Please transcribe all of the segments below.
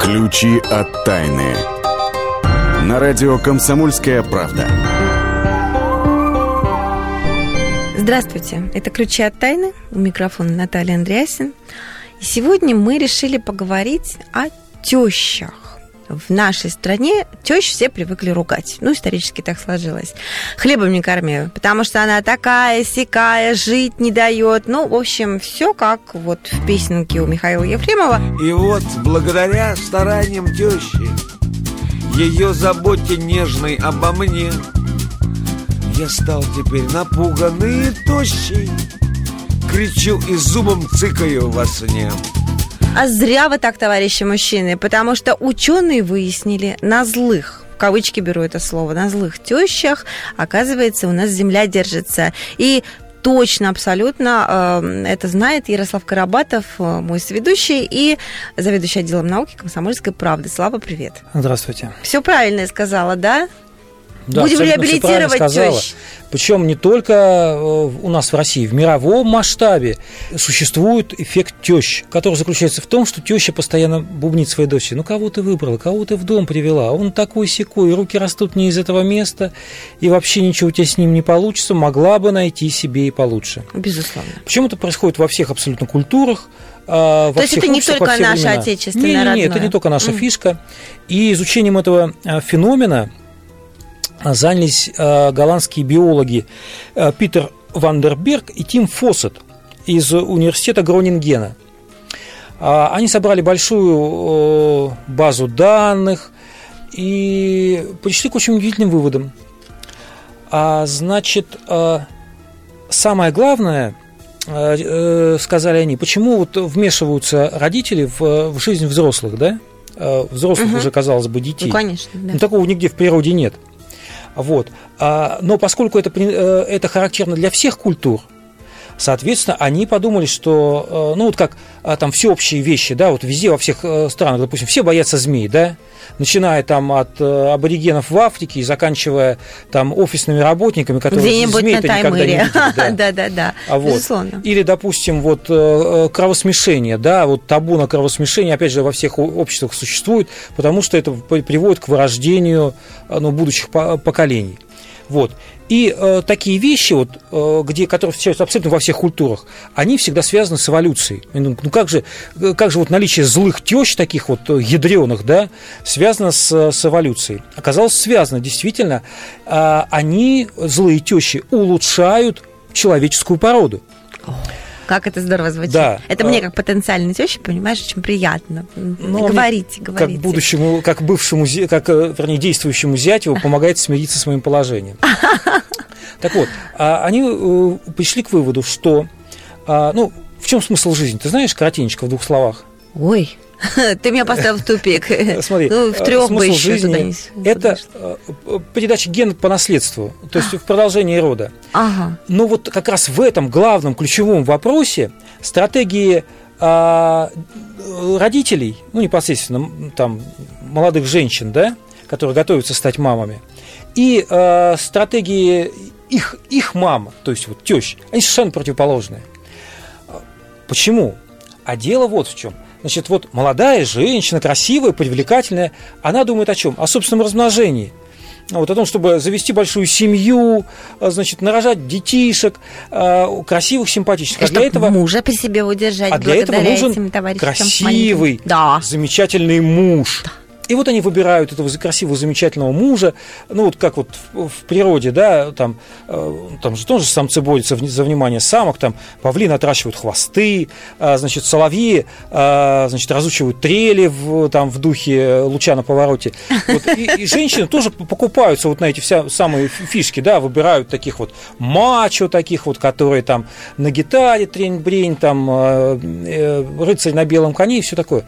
Ключи от тайны. На радио «Комсомольская правда». Здравствуйте, это «Ключи от тайны». У микрофона Наталья Андреасин. И сегодня мы решили поговорить о тещах. В нашей стране тещ все привыкли ругать. Ну, исторически так сложилось. Хлебом не корми, потому что она такая, сякая, жить не дает. Ну, в общем, все как вот в песенке у Михаила Ефремова. И вот, благодаря стараниям тещи, ее заботе нежной обо мне, я стал теперь напуганный и тощий, кричу и зубом цыкаю во сне. А зря вы так, товарищи мужчины, потому что ученые выяснили, на злых, в кавычки беру это слово, на злых тещах, оказывается, у нас земля держится. И точно, абсолютно это знает Ярослав Карабатов, мой соведущий и заведующий отделом науки «Комсомольской правды». Слава, привет. Здравствуйте. Все правильно я сказала, да? Да, будем реабилитировать тещ. Причем не только у нас в России, в мировом масштабе существует эффект тещ, который заключается в том, что теща постоянно бубнит своей дочери: ну кого ты выбрала, кого ты в дом привела, он такой-сякой, руки растут не из этого места, и вообще ничего у тебя с ним не получится, могла бы найти себе и получше. Безусловно. Причем это происходит во всех абсолютно культурах. То есть это не только наша отечественная родная? Нет, это не только наша фишка. И изучением этого феномена занялись голландские биологи Питер Вандерберг и Тим Фоссет из университета Гронингена. Они собрали большую базу данных и пришли к очень удивительным выводам. Значит, самое главное, сказали они, почему вот вмешиваются родители в жизнь взрослых, да? Взрослых уже, казалось бы, детей. Ну, конечно, да. Но такого нигде в природе нет. Вот. Но поскольку это характерно для всех культур, соответственно, они подумали, что, ну, вот как там всеобщие вещи, да, вот везде, во всех странах, допустим, все боятся змей, да, начиная там от аборигенов в Африке и заканчивая там офисными работниками, которые змей-то никогда не видели. Да. Безусловно. Или, допустим, вот кровосмешение, да, вот табу на кровосмешение, опять же, во всех обществах существует, потому что это приводит к вырождению, ну, будущих поколений. Вот. И такие вещи, вот, которые встречаются абсолютно во всех культурах, они всегда связаны с эволюцией. Ну как же вот наличие злых тещ, таких вот ядреных, да, связано с эволюцией? Оказалось, связано. Действительно, они, злые тещи, улучшают человеческую породу. Как это здорово звучит. Да. Это мне, как потенциальной теще, понимаешь, очень приятно. Говорите. Как бывшему, действующему зятю помогает смириться с моим положением. Так вот, они пришли к выводу, что, ну, в чем смысл жизни? Ты знаешь, коротенько, в 2 словах? Ой, ты меня поставил в тупик. Смотри, в 3 бы еще туда не... Это передача генов по наследству, то есть в продолжении рода. Ага. Но вот как раз в этом главном ключевом вопросе стратегии родителей, ну, непосредственно там молодых женщин, да, которые готовятся стать мамами, и стратегии их мам, то есть вот тещ, они совершенно противоположные. Почему? А дело вот в чем. Значит, вот молодая женщина, красивая, привлекательная, она думает о чем? О собственном размножении. Вот, о том, чтобы завести большую семью, значит, нарожать детишек, красивых, симпатичных. А для этого мужа при себе удержать. А для этого нужен красивый, замечательный муж. Да. И вот они выбирают этого красивого, замечательного мужа, ну, вот как вот в природе, да, там же тоже самцы борются за внимание самок, там павлины отращивают хвосты, значит, соловьи, значит, разучивают трели в духе «Луча на повороте». Вот, и женщины тоже покупаются вот на эти самые фишки, да, выбирают таких вот мачо, таких вот, которые там на гитаре трень-брень, там рыцарь на белом коне и все такое.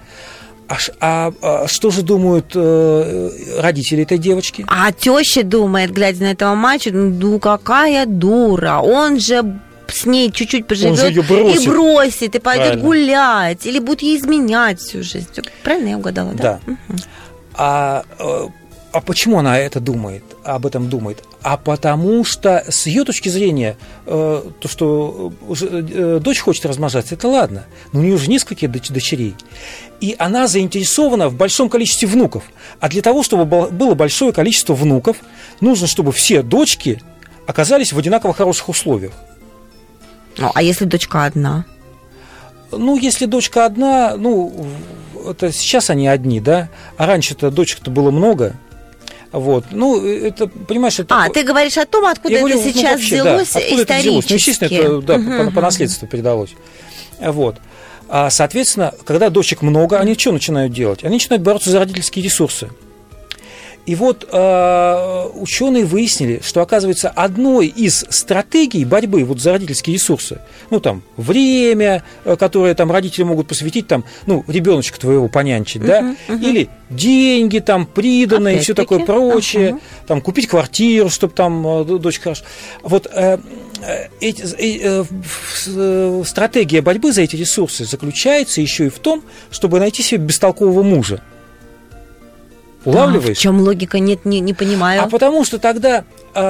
А что же думают родители этой девочки? А теща думает, глядя на этого мачо, ну какая дура, он же с ней чуть-чуть поживет и бросит, и пойдет гулять, или будет ей изменять всю жизнь. Правильно я угадала, да? Да. Угу. А почему она об этом думает? а потому что с ее точки зрения то, что дочь хочет размножаться, это ладно, но у нее уже несколько дочерей, и она заинтересована в большом количестве внуков. А для того, чтобы было большое количество внуков, нужно, чтобы все дочки оказались в одинаково хороших условиях. А если дочка одна? Ну, если дочка одна, ну, это сейчас они одни, да, а раньше-то дочек-то было много. Вот. Ну, это, понимаешь, это... ты говоришь о том, откуда это сейчас взялось, да, откуда это взялось? Ну, естественно, это по наследству передалось. Вот. Соответственно, когда дочек много, они что начинают делать? Они начинают бороться за родительские ресурсы. И вот ученые выяснили, что, оказывается, одной из стратегий борьбы вот за родительские ресурсы, ну, там, время, которое там родители могут посвятить, там, ну, ребеночка твоего понянчить, да, или деньги, там, приданное и все такое прочее, там, купить квартиру, чтобы там дочка хорошо. Вот стратегия борьбы за эти ресурсы заключается еще и в том, чтобы найти себе бестолкового мужа. Улавливаешь? В чем логика? Нет, не понимаю. А потому что тогда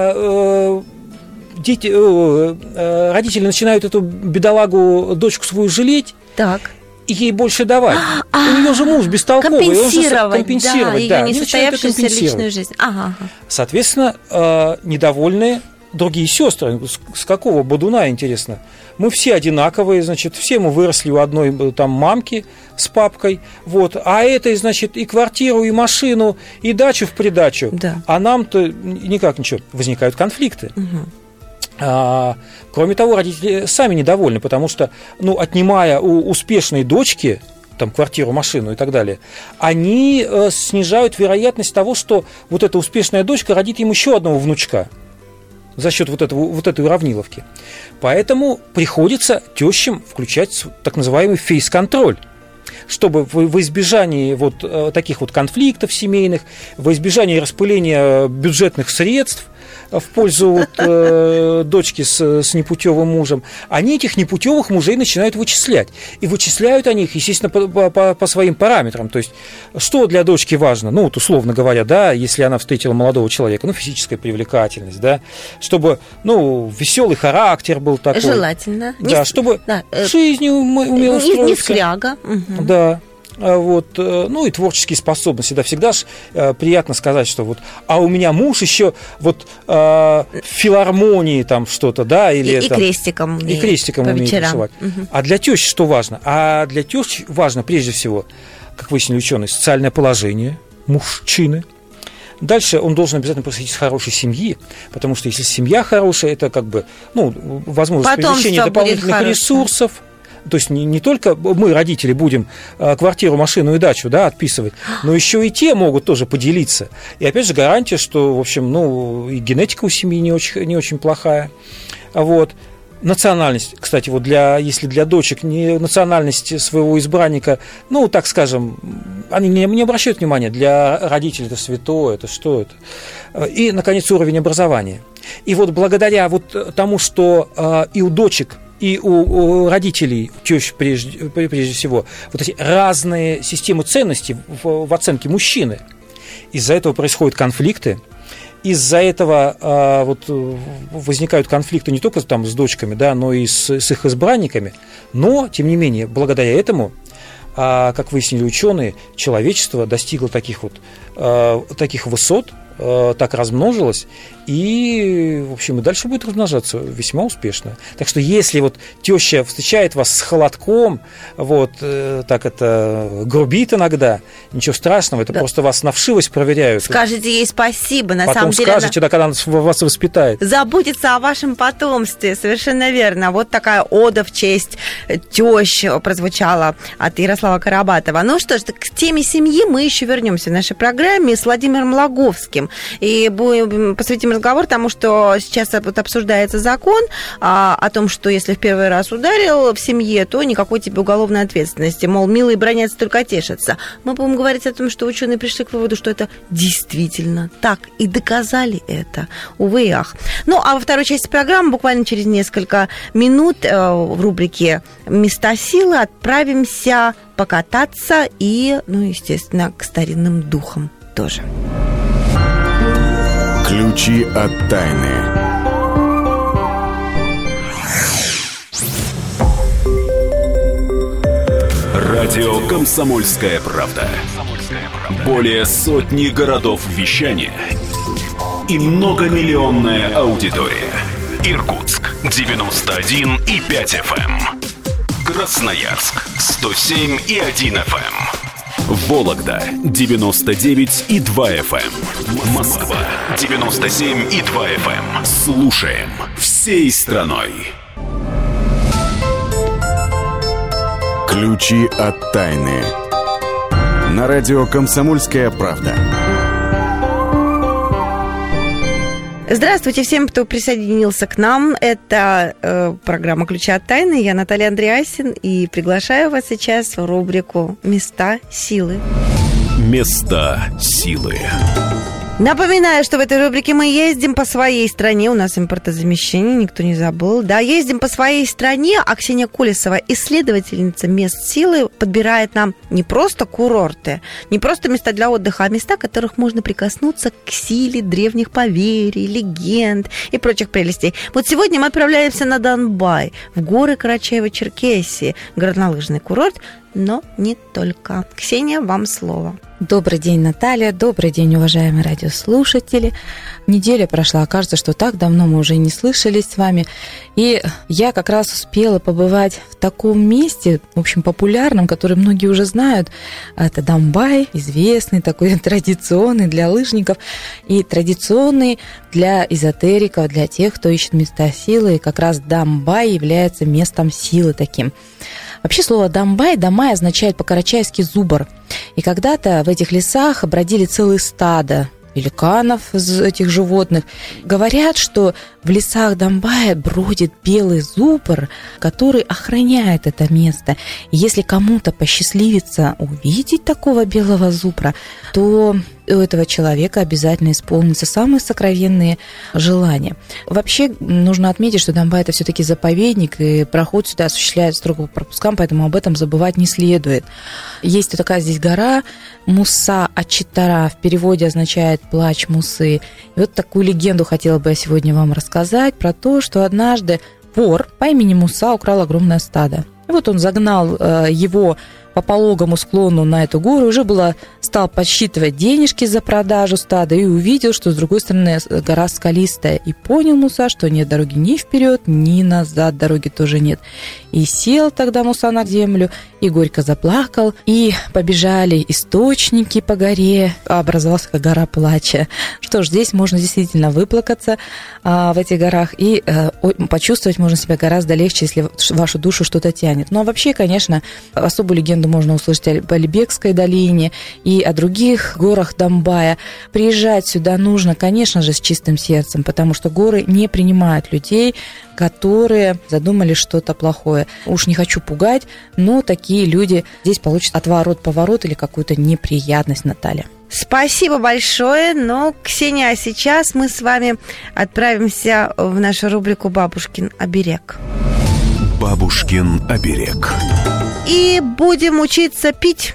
родители начинают эту бедолагу, дочку свою жалеть, так, и ей больше давать. У нее же муж бестолковый. Компенсировать, да, ее несостоявшуюся личную жизнь. Соответственно, недовольны другие сестры. С какого бодуна, интересно? Мы все одинаковые, значит, все мы выросли у одной там мамки с папкой, вот, а этой, значит, и квартиру, и машину, и дачу в придачу, да. А нам-то никак ничего. Возникают конфликты. Кроме того, родители сами недовольны, потому что, ну, отнимая у успешной дочки там, квартиру, машину и так далее, они снижают вероятность того, что вот эта успешная дочка родит им еще одного внучка за счет вот этой уравниловки. Поэтому приходится тещам включать так называемый фейс-контроль, чтобы в избежании вот таких вот конфликтов семейных, в избежании распыления бюджетных средств в пользу дочки с непутевым мужем, они этих непутевых мужей начинают вычислять. И вычисляют они их, естественно, по своим параметрам. То есть, что для дочки важно? Ну, вот условно говоря, да, если она встретила молодого человека, ну, физическая привлекательность, да, чтобы, ну, веселый характер был такой. Желательно. Да, чтобы жизнью умела строиться. Не скряга. Да. Вот, ну и творческие способности, да, всегда же приятно сказать, что вот, а у меня муж еще вот в филармонии там что-то, да, или и там, крестиком умеет рисовать. А для тещи что важно? А для тещи важно прежде всего, как выяснили ученые, социальное положение мужчины. Дальше он должен обязательно происходить из хорошей семьи, потому что если семья хорошая, это как бы, ну, возможность привлечения дополнительных ресурсов. То есть не только мы, родители, будем квартиру, машину и дачу, да, отписывать, но еще и те могут тоже поделиться. И опять же гарантия, что, в общем, ну, и генетика у семьи не очень плохая. Вот. Национальность, кстати, вот если для дочек не национальность своего избранника, ну, так скажем, они не обращают внимания, для родителей это святое, это что это. И, наконец, уровень образования. И вот благодаря вот тому, что и у дочек, и у родителей, тещ прежде всего, вот эти разные системы ценностей в оценке мужчины. Из-за этого происходят конфликты. Из-за этого вот возникают конфликты не только там с дочками, да, но и с их избранниками. Но, тем не менее, благодаря этому, как выяснили ученые, человечество достигло таких высот, так размножилось, и, в общем, и дальше будет размножаться весьма успешно. Так что, если вот теща встречает вас с холодком, вот, так это грубит иногда, ничего страшного, это просто вас на вшивость проверяют. Скажите ей спасибо, на самом деле. Потом скажете, да, когда она вас воспитает. Заботится о вашем потомстве, совершенно верно. Вот такая ода в честь тещ прозвучала от Ярослава Карабатова. Ну что ж, к теме семьи мы еще вернемся в нашей программе с Владимиром Логовским. И посвятим разговор тому, что сейчас вот обсуждается закон о том, что если в первый раз ударил в семье, то никакой тебе уголовной ответственности. Мол, милые бронятся, только тешатся. Мы будем говорить о том, что ученые пришли к выводу, что это действительно так. И доказали это. Увы и ах. Ну, а во второй части программы, буквально через несколько минут, в рубрике «Места силы» отправимся покататься и, ну, естественно, к старинным духам тоже. Ключи от тайны. Радио «Комсомольская правда». Более сотни городов вещания и многомиллионная аудитория. Иркутск 91,5 FM. Красноярск 107,1 FM. Вологда 99,2 FM. Москва 97,2 FM. Слушаем всей страной. Ключи от тайны. На радио «Комсомольская правда». Здравствуйте всем, кто присоединился к нам. Это программа «Ключи от тайны». Я Наталья Андреасин и приглашаю вас сейчас в рубрику «Места силы». Места силы. Напоминаю, что в этой рубрике мы ездим по своей стране. У нас импортозамещение, никто не забыл. Да, ездим по своей стране, а Ксения Колесова, исследовательница мест силы, подбирает нам не просто курорты, не просто места для отдыха, а места, в которых можно прикоснуться к силе древних поверий, легенд и прочих прелестей. Вот сегодня мы отправляемся на Донбай, в горы Карачаево-Черкесии, горнолыжный курорт, но не только. Ксения, вам слово. Добрый день, Наталья. Добрый день, уважаемые радиослушатели. Неделя прошла, кажется, что так давно мы уже не слышались с вами. И я как раз успела побывать в таком месте, в общем, популярном, который многие уже знают. Это Донбай, известный, такой традиционный для лыжников и традиционный для эзотериков, для тех, кто ищет места силы. И как раз Донбай является местом силы таким. Вообще слово «Донбай», «Дамай» означает по-карачайски «зубр». И когда-то в этих лесах бродили целые стада великанов из этих животных. Говорят, что в лесах Донбая бродит белый зубр, который охраняет это место. И если кому-то посчастливится увидеть такого белого зубра, то у этого человека обязательно исполнятся самые сокровенные желания. Вообще, нужно отметить, что Донбай – это все-таки заповедник, и проход сюда осуществляется строго по пропускам, поэтому об этом забывать не следует. Есть такая здесь гора Муса-Ачитара, в переводе означает «плач Мусы». И вот такую легенду хотела бы я сегодня вам рассказать про то, что однажды вор по имени Муса украл огромное стадо. И вот он загнал его по пологому склону на эту гору, уже стал подсчитывать денежки за продажу стада и увидел, что с другой стороны гора скалистая. И понял Муса, что нет дороги ни вперед, ни назад, дороги тоже нет. И сел тогда Муса на землю, и горько заплакал, и побежали источники по горе, образовалась гора плача. Что ж, здесь можно действительно выплакаться в этих горах, и почувствовать можно себя гораздо легче, если вашу душу что-то тянет. Ну а вообще, конечно, особую легенду можно услышать о Алибекской долине и о других горах Донбая. Приезжать сюда нужно, конечно же, с чистым сердцем, потому что горы не принимают людей, которые задумали что-то плохое. Уж не хочу пугать, но такие люди здесь получат отворот-поворот или какую-то неприятность, Наталья. Спасибо большое. Но, Ксения, а сейчас мы с вами отправимся в нашу рубрику «Бабушкин оберег». Бабушкин оберег. И будем учиться пить,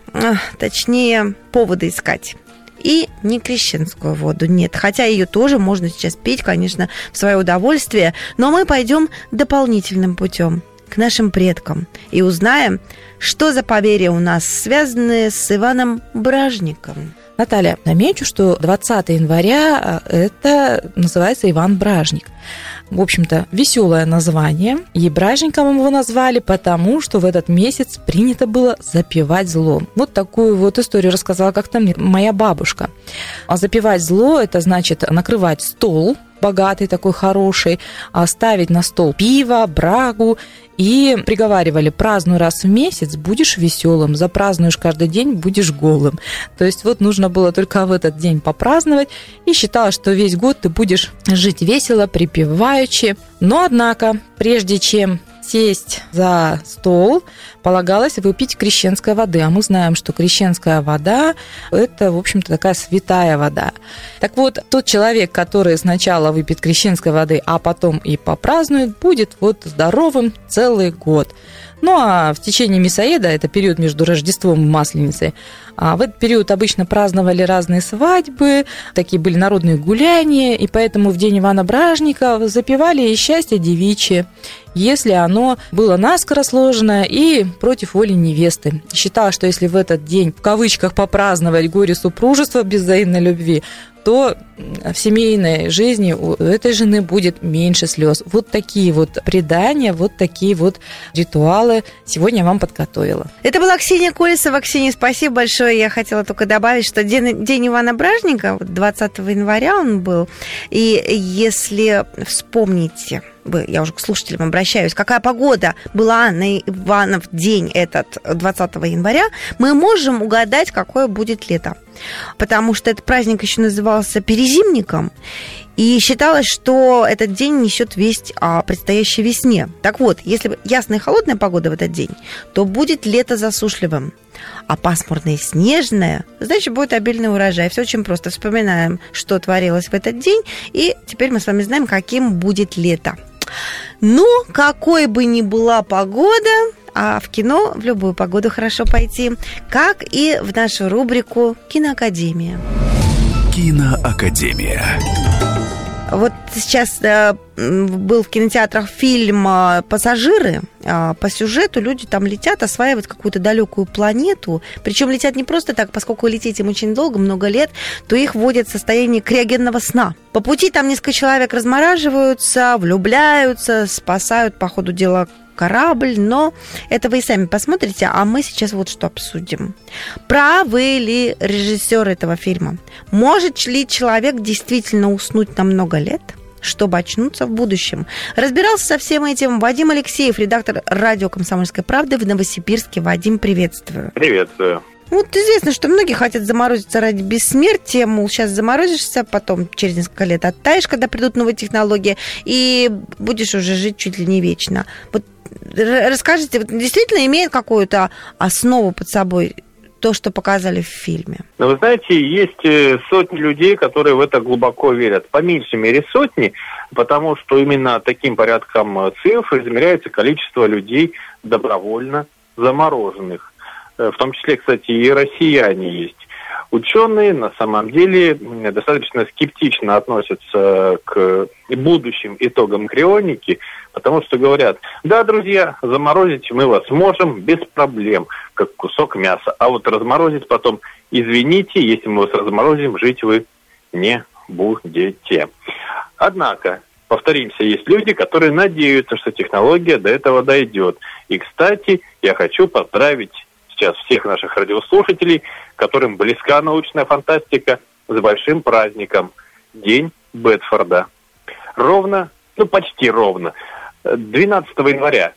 точнее, поводы искать. И не крещенскую воду, нет. Хотя ее тоже можно сейчас пить, конечно, в свое удовольствие. Но мы пойдем дополнительным путем к нашим предкам и узнаем, что за поверья у нас связаны с Иваном Бражником. Наталья, замечу, что 20 января это называется Иван Бражник. В общем-то, веселое название. И Бражником его назвали, потому что в этот месяц принято было запивать зло. Вот такую вот историю рассказала как-то мне моя бабушка. А запивать зло – это значит накрывать стол, богатый такой, хороший, ставить на стол пиво, брагу, и приговаривали: празднуй раз в месяц, будешь веселым, запразднуешь каждый день, будешь голым. То есть вот нужно было только в этот день попраздновать, и считалось, что весь год ты будешь жить весело, припеваючи. Но, однако, прежде чем сесть за стол, полагалось выпить крещенской воды. А мы знаем, что крещенская вода – это, в общем-то, такая святая вода. Так вот, тот человек, который сначала выпьет крещенской воды, а потом и попразднует, будет вот здоровым целый год. Ну, а в течение Мясоеда, это период между Рождеством и Масленицей, в этот период обычно праздновали разные свадьбы, такие были народные гуляния, и поэтому в день Ивана Бражника запевали и счастье девичье, если оно было наскоро сложено и против воли невесты. Считалось, что если в этот день, в кавычках, попраздновать горе супружества без взаимной любви, то в семейной жизни у этой жены будет меньше слез. Вот такие вот предания, вот такие вот ритуалы сегодня я вам подготовила. Это была Ксения Колесова. Ксения, спасибо большое. Я хотела только добавить, что день Ивана Бражника, 20 января он был. И если вспомните, я уже к слушателям обращаюсь, какая погода была на Иванов день этот 20 января, мы можем угадать, какое будет лето. Потому что этот праздник еще назывался перезимником, и считалось, что этот день несет весть о предстоящей весне. Так вот, если ясная и холодная погода в этот день, то будет лето засушливым. А пасмурное и снежное, значит, будет обильный урожай. Все очень просто. Вспоминаем, что творилось в этот день, и теперь мы с вами знаем, каким будет лето. Ну, какой бы ни была погода, а в кино в любую погоду хорошо пойти, как и в нашу рубрику «Киноакадемия». Киноакадемия. Вот сейчас был в кинотеатрах фильм «Пассажиры». По сюжету люди там летят, осваивают какую-то далекую планету. Причем летят не просто так, поскольку лететь им очень долго, много лет, то их вводят в состояние криогенного сна. По пути там несколько человек размораживаются, влюбляются, спасают по ходу дела корабль, но это вы и сами посмотрите, а мы сейчас вот что обсудим. Правы ли режиссер этого фильма? Может ли человек действительно уснуть на много лет, чтобы очнуться в будущем? Разбирался со всем этим Вадим Алексеев, редактор радио «Комсомольская правда» в Новосибирске. Вадим, приветствую. Приветствую. Вот известно, что многие хотят заморозиться ради бессмертия, мол, сейчас заморозишься, потом через несколько лет оттаешь, когда придут новые технологии, и будешь уже жить чуть ли не вечно. Вот расскажите, вот действительно имеет какую-то основу под собой то, что показали в фильме? Ну, вы знаете, есть сотни людей, которые в это глубоко верят. По меньшей мере сотни, потому что именно таким порядком цифр измеряется количество людей добровольно замороженных. В том числе, кстати, и россияне есть. Ученые на самом деле достаточно скептично относятся к будущим итогам крионики, потому что говорят: да, друзья, заморозить мы вас можем без проблем, как кусок мяса. А вот разморозить потом, извините, если мы вас разморозим, жить вы не будете. Однако, повторимся, есть люди, которые надеются, что технология до этого дойдет. И, кстати, я хочу поздравить сейчас всех наших радиослушателей, которым близка научная фантастика, с большим праздником – День Бетфорда. Почти ровно, 12 января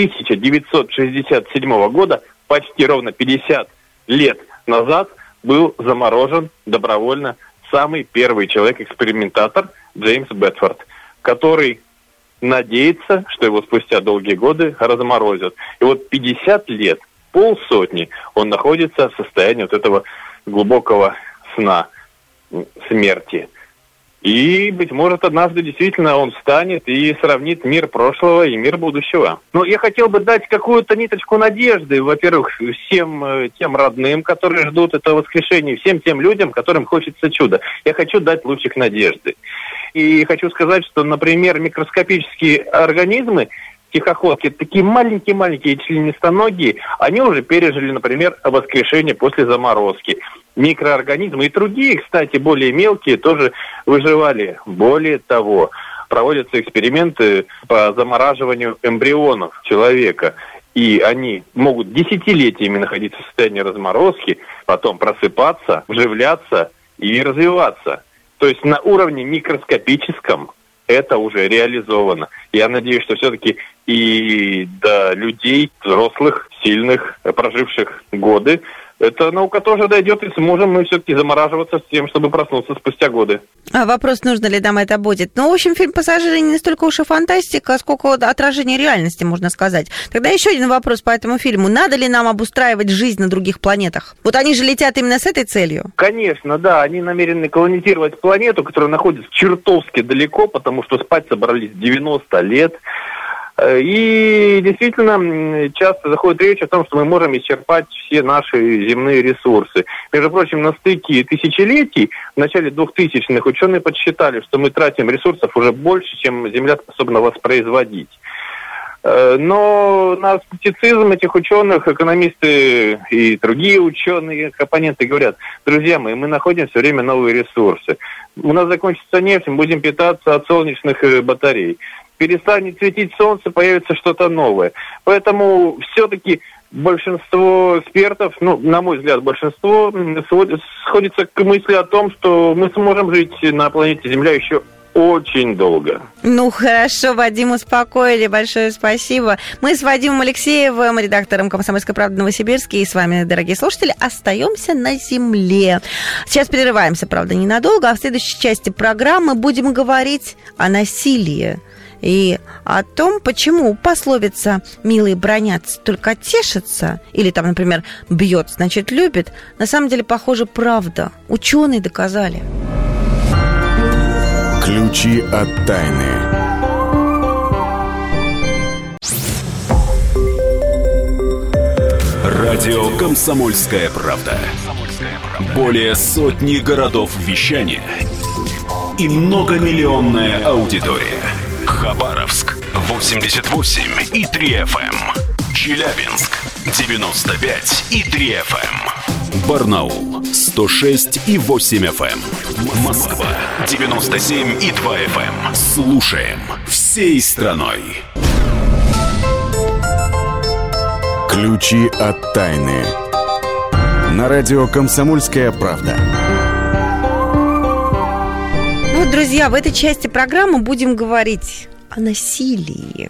1967 года, почти ровно 50 лет назад, был заморожен добровольно самый первый человек-экспериментатор Джеймс Бетфорд, который надеется, что его спустя долгие годы разморозят. И вот 50 лет, полсотни, он находится в состоянии вот этого глубокого сна, смерти. И, быть может, однажды действительно он встанет и сравнит мир прошлого и мир будущего. Но я хотел бы дать какую-то ниточку надежды, во-первых, всем тем родным, которые ждут этого воскрешения, всем тем людям, которым хочется чуда. Я хочу дать лучик надежды. И хочу сказать, что, например, микроскопические организмы, тихоходки, такие маленькие-маленькие членистоногие, они уже пережили, например, воскрешение после заморозки. Микроорганизмы и другие, кстати, более мелкие, тоже выживали. Более того, проводятся эксперименты по замораживанию эмбрионов человека. И они могут десятилетиями находиться в состоянии разморозки, потом просыпаться, вживляться и развиваться. То есть на уровне микроскопическом это уже реализовано. Я надеюсь, что все-таки и до людей, взрослых, сильных, проживших годы, эта наука тоже дойдет, и сможем мы все-таки замораживаться с тем, чтобы проснуться спустя годы. Вопрос, нужно ли нам это будет. Ну, в общем, фильм «Пассажиры» не настолько уж и фантастика, сколько отражение реальности, можно сказать. Тогда еще один вопрос по этому фильму. Надо ли нам обустраивать жизнь на других планетах? Вот они же летят именно с этой целью. Конечно, да. Они намерены колонизировать планету, которая находится чертовски далеко, потому что спать собрались 90 лет. И действительно, часто заходит речь о том, что мы можем исчерпать все наши земные ресурсы. Между прочим, на стыке тысячелетий, в начале 2000-х, ученые подсчитали, что мы тратим ресурсов уже больше, чем Земля способна воспроизводить. Но на скептицизм этих ученых, экономисты и другие ученые, оппоненты говорят: друзья мои, мы находим все время новые ресурсы. У нас закончится нефть, мы будем питаться от солнечных батарей. Перестанет светить солнце, появится что-то новое. Поэтому все-таки большинство экспертов, на мой взгляд, большинство сходится к мысли о том, что мы сможем жить на планете Земля еще очень долго. Хорошо, Вадим, успокоили. Большое спасибо. Мы с Вадимом Алексеевым, редактором «Комсомольской правды» Новосибирске, и с вами, дорогие слушатели, остаемся на земле. Сейчас прерываемся, правда, ненадолго, а в следующей части программы будем говорить о насилии и о том, почему пословица «милые бранятся, только тешатся», или там, например, «бьет, значит, любит», на самом деле, похоже, правда. Ученые доказали. Ключи от тайны. Радио «Комсомольская правда». Более сотни городов вещания и многомиллионная аудитория. Хабаровск 88,3 FM. Челябинск 95,3 FM. Барнаул 106,8 FM. Москва 97,2 FM. Слушаем всей страной. Ключи от тайны. На радио «Комсомольская правда». Друзья, в этой части программы будем говорить о насилии.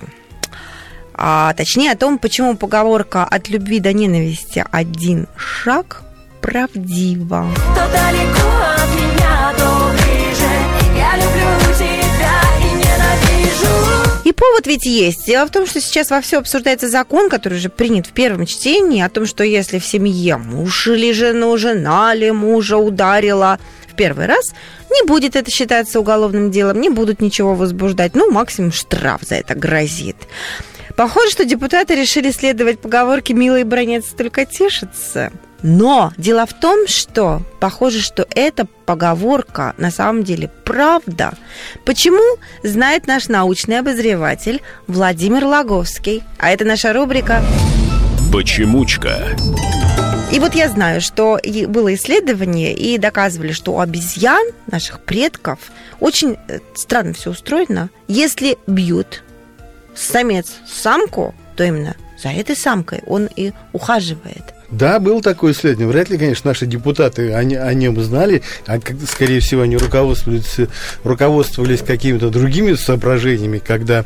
А точнее о том, почему поговорка «от любви до ненависти один шаг» правдива. То далеко от меня, то ближе. Я люблю тебя и ненавижу. И повод ведь есть. Дело в том, что сейчас вовсю обсуждается закон, который уже принят в первом чтении, о том, что если в семье муж или жену, жена ли мужа ударила в первый раз, не будет это считаться уголовным делом, не будут ничего возбуждать. Максимум штраф за это грозит. Похоже, что депутаты решили следовать поговорке «милые бранятся, только тешатся». Но дело в том, что похоже, что эта поговорка на самом деле правда. Почему, знает наш научный обозреватель Владимир Логовский. А это наша рубрика «Почемучка». И вот я знаю, что было исследование, и доказывали, что у обезьян, наших предков, очень странно все устроено. Если бьют самец самку, то именно за этой самкой он и ухаживает. Да, было такое исследование. Вряд ли, конечно, наши депутаты о нем знали, а, скорее всего, они руководствовались какими-то другими соображениями, когда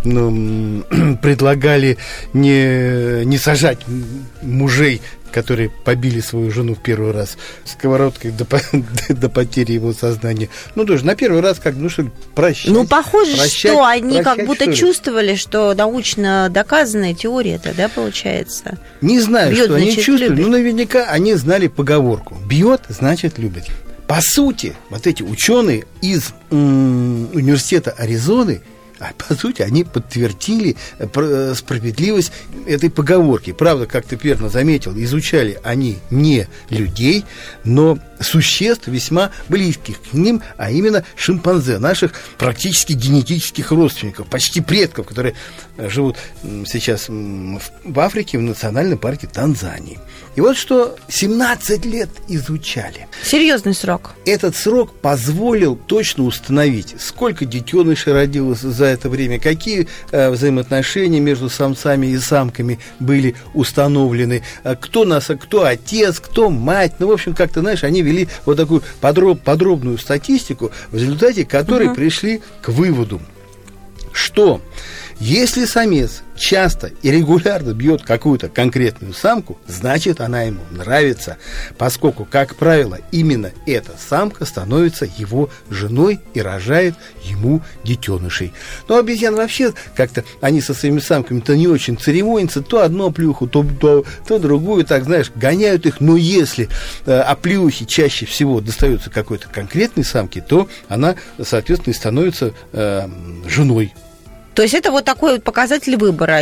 предлагали не сажать мужей, которые побили свою жену в первый раз сковородкой до потери его сознания. Тоже на первый раз прощать. Похоже, что они как будто чувствовали, что научно доказанная теория это, да, получается? Не знаю, бьет, что значит, они чувствовали, любит. Наверняка они знали поговорку. Бьет, значит, любит. По сути, вот эти ученые из университета Аризоны, по сути, они подтвердили справедливость этой поговорки. Правда, как ты верно заметил, изучали они не людей, но существ весьма близких к ним, а именно шимпанзе, наших практически генетических родственников, почти предков, которые живут сейчас в Африке, в национальном парке Танзании. И вот что 17 лет изучали. Серьезный срок. Этот срок позволил точно установить, сколько детенышей родилось за это время, какие взаимоотношения между самцами и самками были установлены, кто отец, кто мать. В общем, как-то, они вели вот такую подробную статистику, в результате которой пришли к выводу, что если самец часто и регулярно бьет какую-то конкретную самку, значит, она ему нравится, поскольку, как правило, именно эта самка становится его женой и рожает ему детенышей. Но обезьяны вообще как-то, они со своими самками-то не очень церемонятся, то одну оплюху, то другую, так, гоняют их. Но если оплюхи чаще всего достаются какой-то конкретной самке, то она, соответственно, и становится женой То есть это вот такой вот показатель выбора.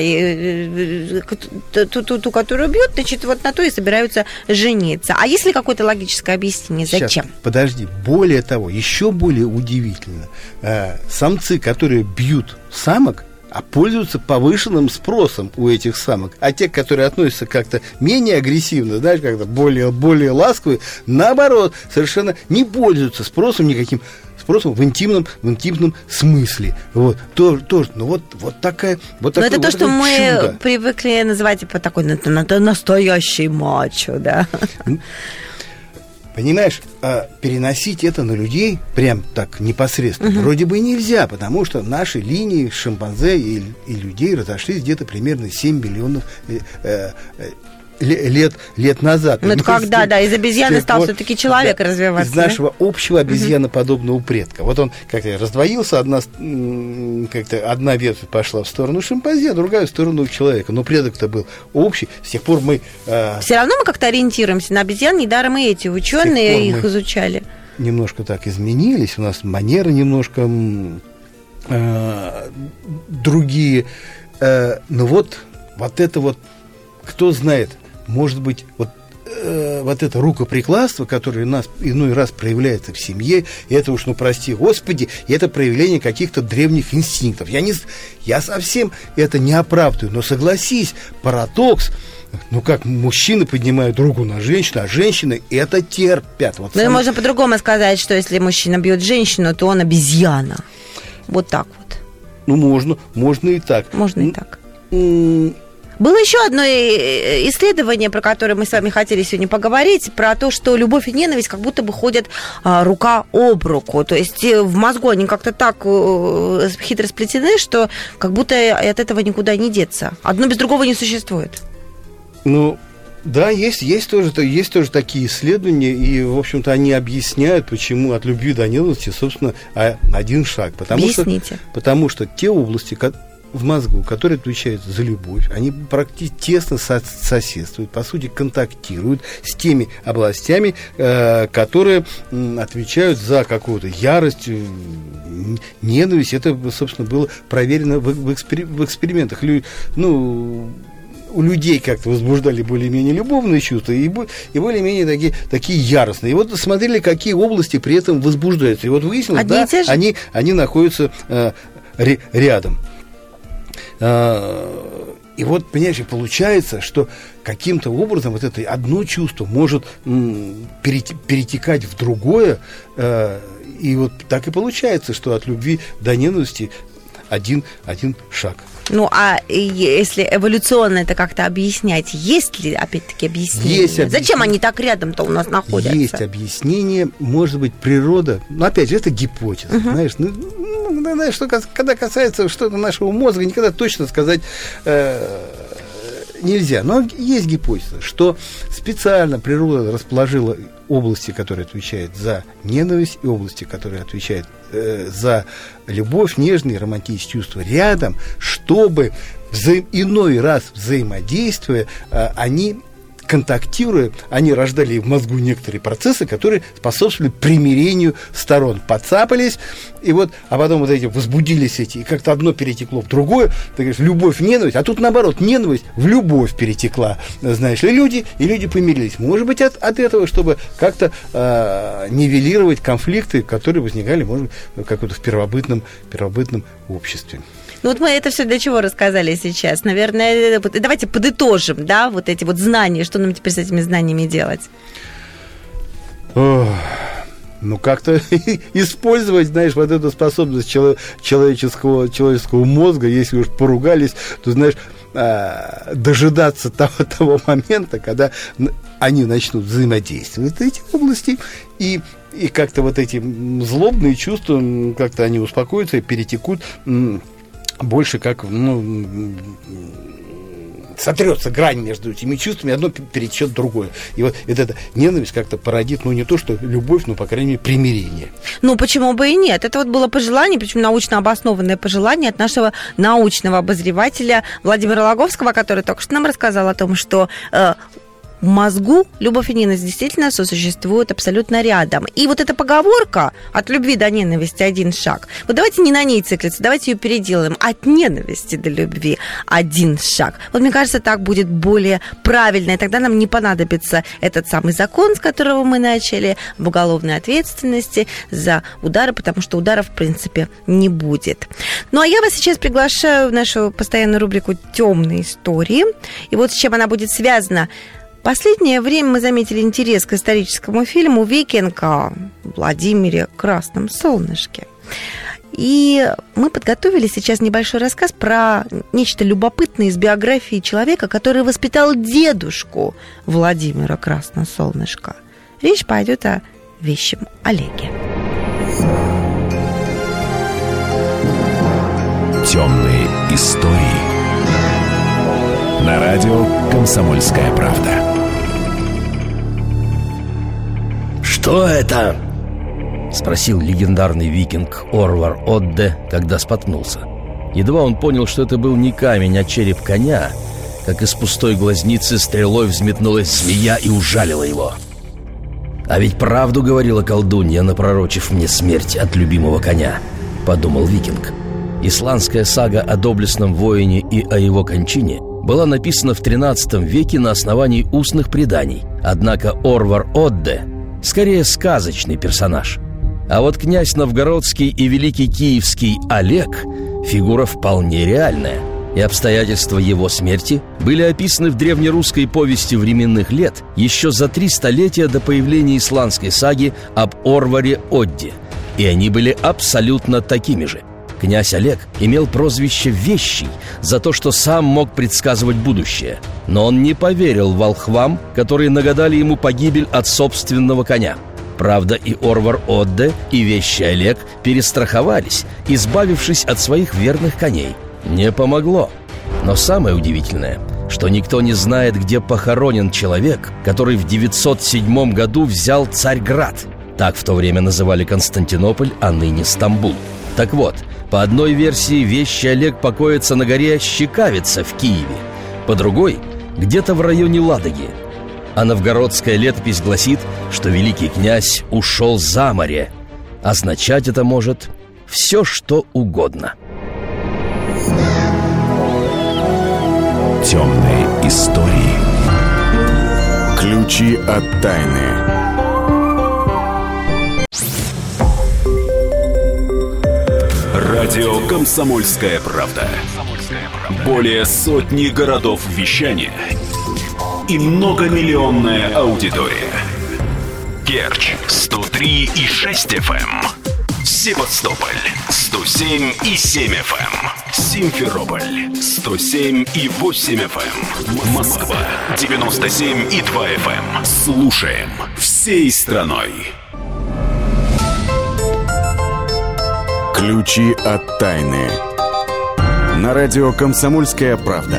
Ту, которую бьют, значит, вот на то и собираются жениться. А есть ли какое-то логическое объяснение? Зачем? Сейчас, подожди. Более того, еще более удивительно. Самцы, которые бьют самок, пользуются повышенным спросом у этих самок. А те, которые относятся как-то менее агрессивно, знаешь, как-то более ласковые, наоборот, совершенно не пользуются спросом никаким. Спросом в интимном смысле. Вот, тоже, ну вот такая. Вот но такое, это то, вот что мы чудо. привыкли называть типа такой настоящий мачо, да. Понимаешь, переносить это на людей прям так непосредственно вроде бы нельзя, потому что наши линии шимпанзе и людей разошлись где-то примерно 7 миллионов лет назад. Ну, это когда, да, из обезьяны стал все-таки человек развиваться. Из нашего общего обезьяноподобного предка. Вот он как-то раздвоился, одна ветвь пошла в сторону шимпанзе, а другая в сторону человека. Но предок-то был общий. С тех пор мы... Все равно мы как-то ориентируемся на обезьян, недаром и эти ученые их изучали. Немножко так изменились, у нас манеры немножко другие. Но вот это вот, кто знает, может быть, вот это рукоприкладство, которое у нас иной раз проявляется в семье, это уж, ну прости Господи, это проявление каких-то древних инстинктов. Я совсем это не оправдываю, но согласись, парадокс. Ну как мужчины поднимают руку на женщину, а женщины это терпят. Вот ну, можно по-другому сказать, что если мужчина бьет женщину, то он обезьяна. Вот так вот. Ну, можно и так. Можно и так. Было еще одно исследование, про которое мы с вами хотели сегодня поговорить, про то, что любовь и ненависть как будто бы ходят рука об руку. То есть в мозгу они как-то так хитро сплетены, что как будто от этого никуда не деться. Одно без другого не существует. Ну, да, есть тоже такие исследования, и, в общем-то, они объясняют, почему от любви до ненависти, собственно, один шаг. Объясните. Потому что те области в мозгу, которые отвечают за любовь, они практически тесно соседствуют, по сути, контактируют с теми областями, которые отвечают за какую-то ярость, ненависть. Это, собственно, было проверено в экспериментах. У людей как-то возбуждали более-менее любовные чувства и более-менее такие яростные. И вот смотрели, какие области при этом возбуждаются. И вот выяснилось, да, они находятся рядом. И вот, понимаешь, получается, что каким-то образом вот это одно чувство может перетекать в другое, и вот так и получается, что от любви до ненависти один шаг. Ну, а если эволюционно это как-то объяснять, есть ли, опять-таки, объяснение? Есть объяснение. Зачем они так рядом-то у нас находятся? Есть объяснение, может быть, природа, но, опять же, это гипотеза, знаешь, знаешь, что, когда касается что-то нашего мозга, никогда точно сказать нельзя. Но есть гипотеза, что специально природа расположила области, которые отвечают за ненависть, и области, которые отвечают за любовь, нежные, романтические чувства рядом, чтобы иной раз взаимодействуя, они, контактируя, они рождали в мозгу некоторые процессы, которые способствовали примирению сторон. Подцапались, и вот, а потом вот эти возбудились эти, и как-то одно перетекло в другое, ты говоришь, любовь в ненависть, а тут наоборот, ненависть в любовь перетекла, знаешь ли, люди помирились. Может быть, от этого, чтобы как-то нивелировать конфликты, которые возникали, может быть, как-то в первобытном обществе. Ну вот мы это все для чего рассказали сейчас? Наверное, давайте подытожим, да, вот эти вот знания, что нам теперь с этими знаниями делать? Ну, как-то использовать, знаешь, вот эту способность человеческого мозга, если уж поругались, то, знаешь, дожидаться того момента, когда они начнут взаимодействовать в этих областях, и как-то вот эти злобные чувства, как-то они успокоятся и перетекут больше как, сотрется грань между этими чувствами, одно перетечет другое. И вот эта ненависть как-то породит, не то что любовь, но, по крайней мере, примирение. Ну, почему бы и нет? Это вот было пожелание, причем научно обоснованное пожелание от нашего научного обозревателя Владимира Логовского, который только что нам рассказал о том, что в мозгу любовь и ненависть действительно сосуществуют абсолютно рядом. И вот эта поговорка «от любви до ненависти один шаг», вот давайте не на ней циклиться, давайте ее переделаем. От ненависти до любви один шаг. Вот мне кажется, так будет более правильно, и тогда нам не понадобится этот самый закон, с которого мы начали, в уголовной ответственности за удары, потому что ударов, в принципе, не будет. Ну, а я вас сейчас приглашаю в нашу постоянную рубрику «Темные истории». И вот с чем она будет связана. В последнее время мы заметили интерес к историческому фильму «Викинг» о Владимире Красном Солнышке. И мы подготовили сейчас небольшой рассказ про нечто любопытное из биографии человека, который воспитал дедушку Владимира Красного Солнышка. Речь пойдет о вещем Олеге. Темные истории. На радио «Комсомольская правда». «Что это?» — спросил легендарный викинг Орвар Одде, когда споткнулся. Едва он понял, что это был не камень, а череп коня, как из пустой глазницы стрелой взметнулась змея и ужалила его. «А ведь правду говорила колдунья, напророчив мне смерть от любимого коня», — подумал викинг. Исландская сага о доблестном воине и о его кончине была написана в XIII веке на основании устных преданий. Однако Орвар Одде скорее сказочный персонаж. А вот князь Новгородский и великий киевский Олег – фигура вполне реальная. И обстоятельства его смерти были описаны в древнерусской повести временных лет еще за 3 столетия до появления исландской саги об Орваре Одде. И они были абсолютно такими же. Князь Олег имел прозвище «Вещий» за то, что сам мог предсказывать будущее. Но он не поверил волхвам, которые нагадали ему погибель от собственного коня. Правда, и Орвар Одде, и Вещий Олег перестраховались, избавившись от своих верных коней. Не помогло. Но самое удивительное, что никто не знает, где похоронен человек, который в 907 году взял Царьград. Так в то время называли Константинополь, а ныне Стамбул. Так вот, по одной версии, Вещий Олег покоится на горе Щекавица в Киеве, по другой – где-то в районе Ладоги. А новгородская летопись гласит, что великий князь ушел за море. Означать это может все, что угодно. Темные истории. Ключи от тайны. Радио «Комсомольская правда». Более сотни городов вещания и многомиллионная аудитория. Керчь 103,6 FM, Севастополь 107,7 FM, Симферополь 107,8 FM, Москва 97,2 FM. Слушаем всей страной. Ключи от тайны. На радио «Комсомольская правда».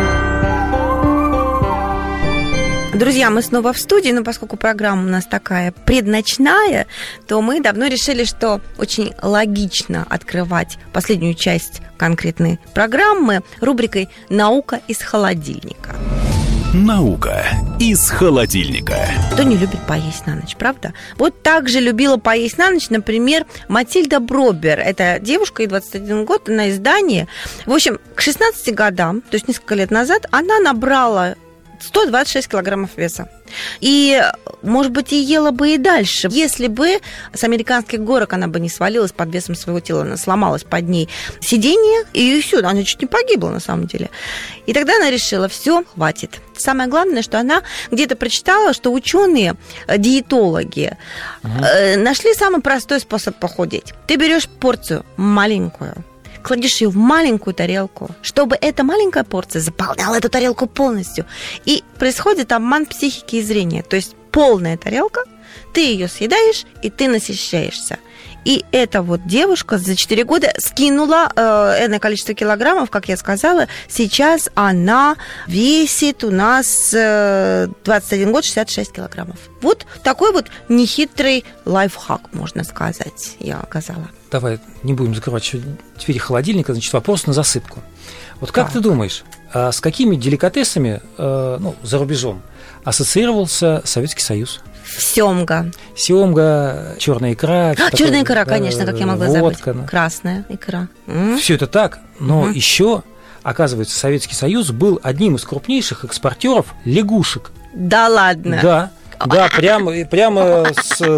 Друзья, мы снова в студии, но поскольку программа у нас такая предночная, то мы давно решили, что очень логично открывать последнюю часть конкретной программы рубрикой «Наука из холодильника». Наука из холодильника. Кто не любит поесть на ночь, правда? Вот так же любила поесть на ночь, например, Матильда Бробер. Это девушка, ей 21 год, она из Дании. В общем, к 16 годам, то есть несколько лет назад, она набрала 126 килограммов веса. И, может быть, и ела бы и дальше, если бы с американских горок она бы не свалилась под весом своего тела, она сломалась под ней сиденье, и все, она чуть не погибла на самом деле. И тогда она решила, все, хватит. Самое главное, что она где-то прочитала, что ученые, диетологи, нашли самый простой способ похудеть. Ты берешь порцию маленькую, кладешь ее в маленькую тарелку, чтобы эта маленькая порция заполняла эту тарелку полностью. И происходит обман психики и зрения. То есть полная тарелка, ты ее съедаешь, и ты насыщаешься. И эта вот девушка за 4 года скинула энное количество килограммов, как я сказала. Сейчас она весит у нас 21 год, 66 килограммов. Вот такой вот нехитрый лайфхак, можно сказать, я оказала. Давай не будем закрывать двери холодильника, значит, вопрос на засыпку. Вот как ты думаешь, с какими деликатесами, за рубежом, ассоциировался Советский Союз? Семга. Семга, черная икра. Черная икра, конечно, как я могла забыть. Красная икра. Все это так, но еще, оказывается, Советский Союз был одним из крупнейших экспортеров лягушек. Да ладно? Да, прямо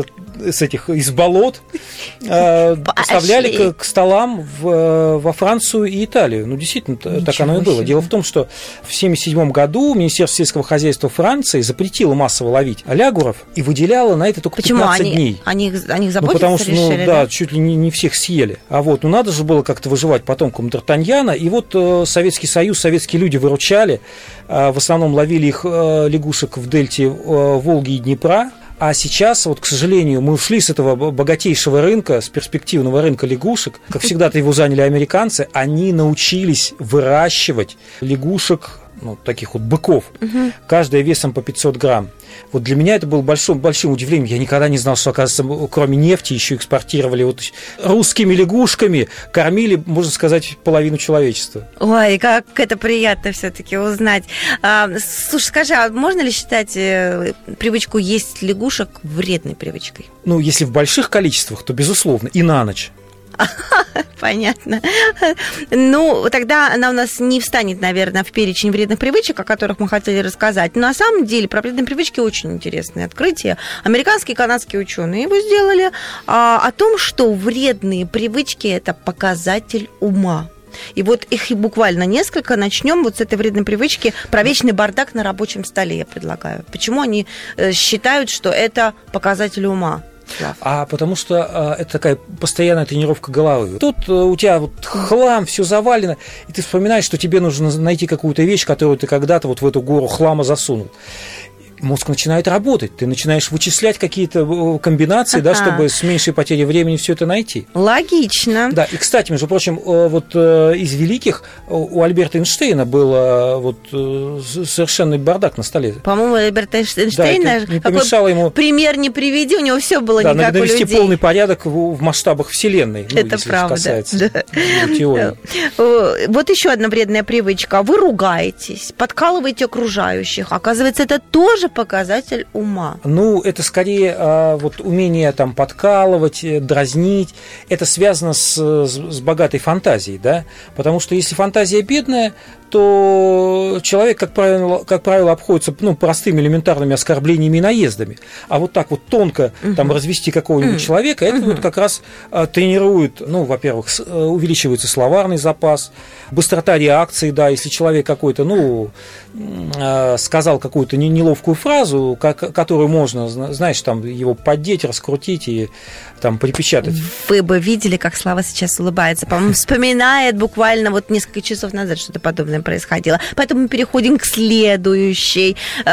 из болот поставляли к столам во Францию и Италию. Действительно, так оно и было. Дело в том, что в 1977 году Министерство сельского хозяйства Франции запретило массово ловить лягуров и выделяло на это только 15 дней. Они их заботиться потому что, решили, да, чуть ли не всех съели. Надо же было как-то выживать потомкам Д'Артаньяна. И Советский Союз, советские люди выручали. В основном ловили их лягушек в дельте Волги и Днепра. А сейчас, к сожалению, мы ушли с этого богатейшего рынка, с перспективного рынка лягушек. Как всегда-то его заняли американцы. Они научились выращивать лягушек, таких быков, каждая весом по 500 грамм. Для меня это было большим удивлением. Я никогда не знал, что, оказывается, кроме нефти еще экспортировали русскими лягушками, кормили, можно сказать, половину человечества. Ой, как это приятно все-таки узнать. Слушай, скажи, а можно ли считать привычку есть лягушек вредной привычкой? Если в больших количествах, то безусловно, и на ночь. Понятно. Тогда она у нас не встанет, наверное, в перечень вредных привычек, о которых мы хотели рассказать. Но на самом деле про вредные привычки очень интересное открытие. Американские и канадские ученые его сделали о том, что вредные привычки – это показатель ума. И их буквально несколько. Начнем с этой вредной привычки про вечный бардак на рабочем столе, я предлагаю. Почему они считают, что это показатель ума? Потому что это такая постоянная тренировка головы. Тут у тебя хлам, все завалено, и ты вспоминаешь, что тебе нужно найти какую-то вещь, которую ты когда-то в эту гору хлама засунул. Мозг начинает работать, ты начинаешь вычислять какие-то комбинации, чтобы с меньшей потерей времени все это найти. Логично. Да, и, кстати, между прочим, из великих у Альберта Эйнштейна был совершенный бардак на столе. По-моему, Альберта Эйнштейна, не помешало ему пример не приведи, у него все было не как у людей. Надо навести полный порядок в масштабах Вселенной. Это правда. Касается теории. Еще одна вредная привычка. Вы ругаетесь, подкалываете окружающих. Оказывается, это тоже показатель ума. Это скорее умение подкалывать, дразнить. Это связано с богатой фантазией, да? Потому что если фантазия бедная, то человек, как правило, обходится простыми элементарными оскорблениями и наездами. А так тонко развести какого-нибудь человека, это как раз тренирует, во-первых, увеличивается словарный запас, быстрота реакции, да, если человек какой-то, сказал какую-то неловкую фразу, которую можно, знаешь, его поддеть, раскрутить и припечатать. Вы бы видели, как Слава сейчас улыбается. По-моему, вспоминает буквально несколько часов назад что-то подобное происходило. Поэтому мы переходим к следующей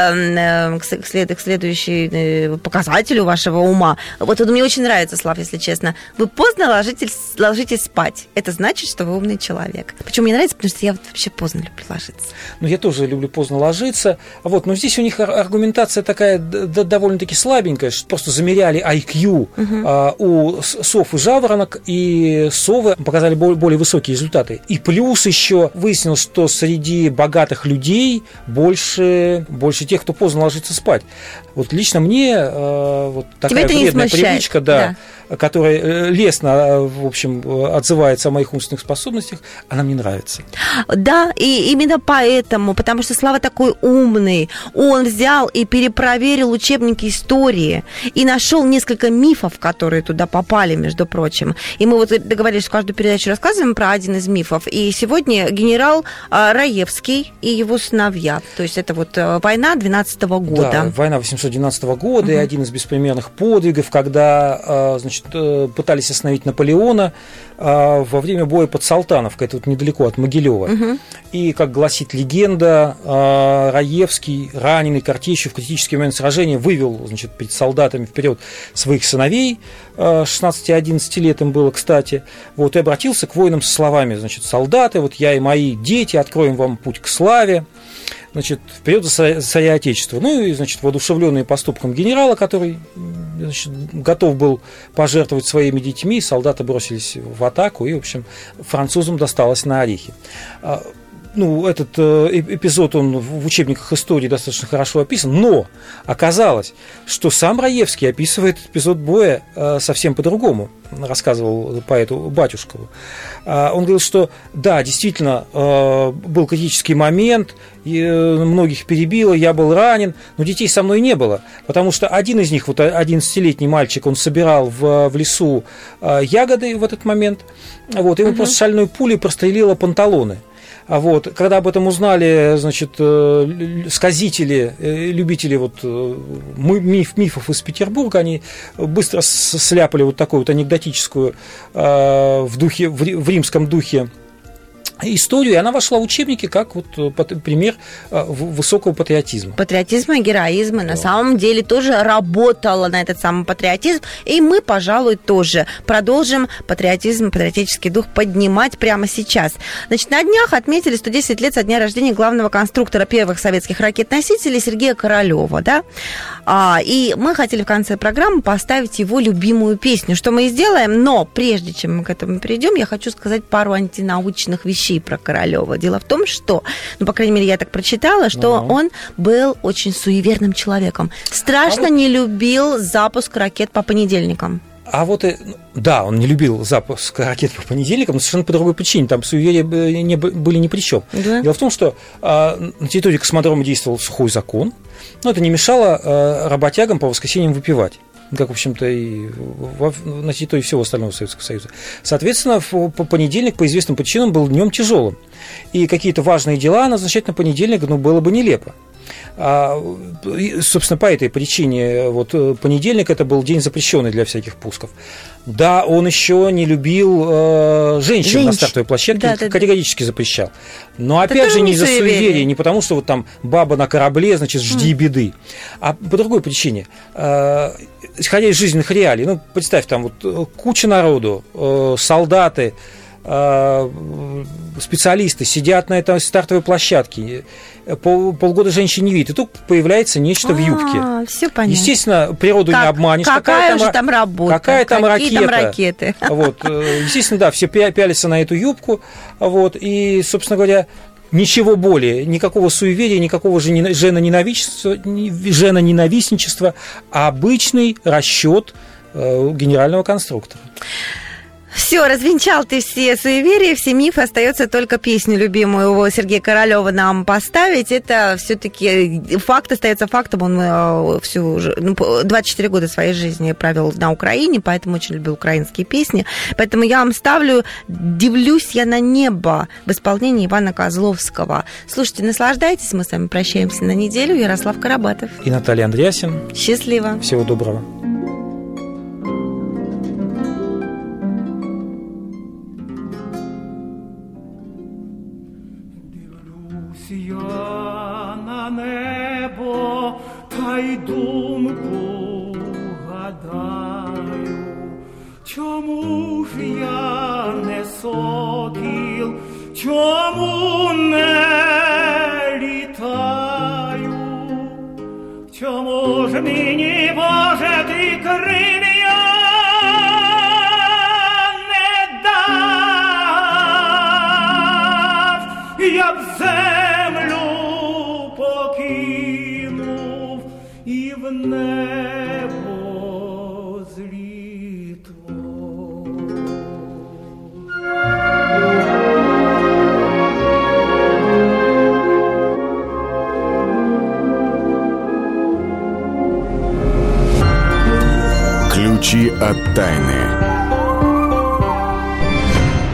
показателю вашего ума. Мне очень нравится, Слав, если честно. Вы поздно ложитесь спать. Это значит, что вы умный человек. Почему мне нравится? Потому что я вообще поздно люблю ложиться. Я тоже люблю поздно ложиться. Но здесь у них аргументация такая довольно-таки слабенькая, что просто замеряли IQ у сов и жаворонок, и совы показали более высокие результаты. И плюс еще выяснилось, что среди богатых людей больше тех, кто поздно ложится спать. Лично мне такая вредная привычка, да, которая лестно, в общем, отзывается о моих умственных способностях, она мне нравится. Да, и именно поэтому, потому что Слава такой умный, он взял и перепроверил учебники истории и нашел несколько мифов, которые туда попали, между прочим. И мы договорились, что каждую передачу рассказываем про один из мифов. И сегодня генерал Раевский и его сыновья. То есть это война 12-го года. Да, война 812 года, и один из беспримерных подвигов, когда, пытались остановить Наполеона во время боя под Салтановкой, это недалеко от Могилева. И, как гласит легенда, Раевский, раненый картечью в критический момент сражения, вывел, перед солдатами вперед своих сыновей, 16 и 11 лет им было, кстати, и обратился к воинам со словами: солдаты, я и мои дети откроем вам путь к славе. Вперед за царя Отечества. Воодушевленные поступком генерала, который готов был пожертвовать своими детьми, солдаты бросились в атаку, и, в общем, французам досталось на орехи. этот эпизод, он в учебниках истории достаточно хорошо описан, но оказалось, что сам Раевский описывает эпизод боя совсем по-другому, рассказывал поэту Батюшкову. Он говорил, что да, действительно, был критический момент, многих перебило, я был ранен, но детей со мной не было, потому что один из них, 11-летний мальчик, он собирал в лесу ягоды в этот момент, ему просто шальной пулей прострелило панталоны. Когда об этом узнали, сказители, любители мифов из Петербурга, они быстро сляпали такую анекдотическую в римском духе историю, и она вошла в учебники как пример высокого патриотизма. Патриотизма и героизма на самом деле тоже работала на этот самый патриотизм, и мы, пожалуй, тоже продолжим патриотический дух поднимать прямо сейчас. На днях отметили 110 лет со дня рождения главного конструктора первых советских ракет-носителей Сергея Королёва, да? И мы хотели в конце программы поставить его любимую песню, что мы и сделаем, но прежде чем мы к этому перейдем, я хочу сказать пару антинаучных вещей про Королёва. Дело в том, что, по крайней мере, я так прочитала, что он был очень суеверным человеком. Страшно не любил запуск ракет по понедельникам. Да, он не любил запуск ракет по понедельникам, но совершенно по другой причине. Там суеверия были ни при чем. Да. Дело в том, что на территории космодрома действовал сухой закон, но это не мешало работягам по воскресеньям выпивать. Как, в общем-то, и на территории всего остального Советского Союза. Соответственно, понедельник по известным причинам был днем тяжелым. И какие-то важные дела назначать на понедельник было бы нелепо. Собственно, по этой причине понедельник это был день запрещенный для всяких пусков. Да, он еще не любил женщин на стартовой площадке, категорически запрещал. Но опять же не из-за суеверия, не потому что там баба на корабле, жди беды, а по другой причине. Исходя из жизненных реалий, представь, там куча народу, солдаты, специалисты сидят на этой стартовой площадке, полгода женщин не видят, и тут появляется нечто в юбке. Все понятно. Естественно, природу не обманешь. Какая же там работа? Какая там ракета? Там ракеты? Естественно, да, все пялятся на эту юбку, и, собственно говоря, ничего более, никакого суеверия, никакого женоненавистничества, а обычный расчет генерального конструктора. Все, развенчал ты все суеверия, все мифы, остается только песню любимую Сергея Королёва нам поставить. Это все-таки факт остается фактом. Он 24 года своей жизни провел на Украине, поэтому очень любил украинские песни. Поэтому я вам ставлю «Дивлюсь я на небо» в исполнении Ивана Козловского. Слушайте, наслаждайтесь, мы с вами прощаемся на неделю. Ярослав Карабатов и Наталья Андреасин. Счастливо. Всего доброго. Й думку гадаю, чому ж я не сокіл, чому не літаю, чому ж мені, Боже, ти крилля не дав, я б землю покинув і в небо злітав. Ключи от тайны.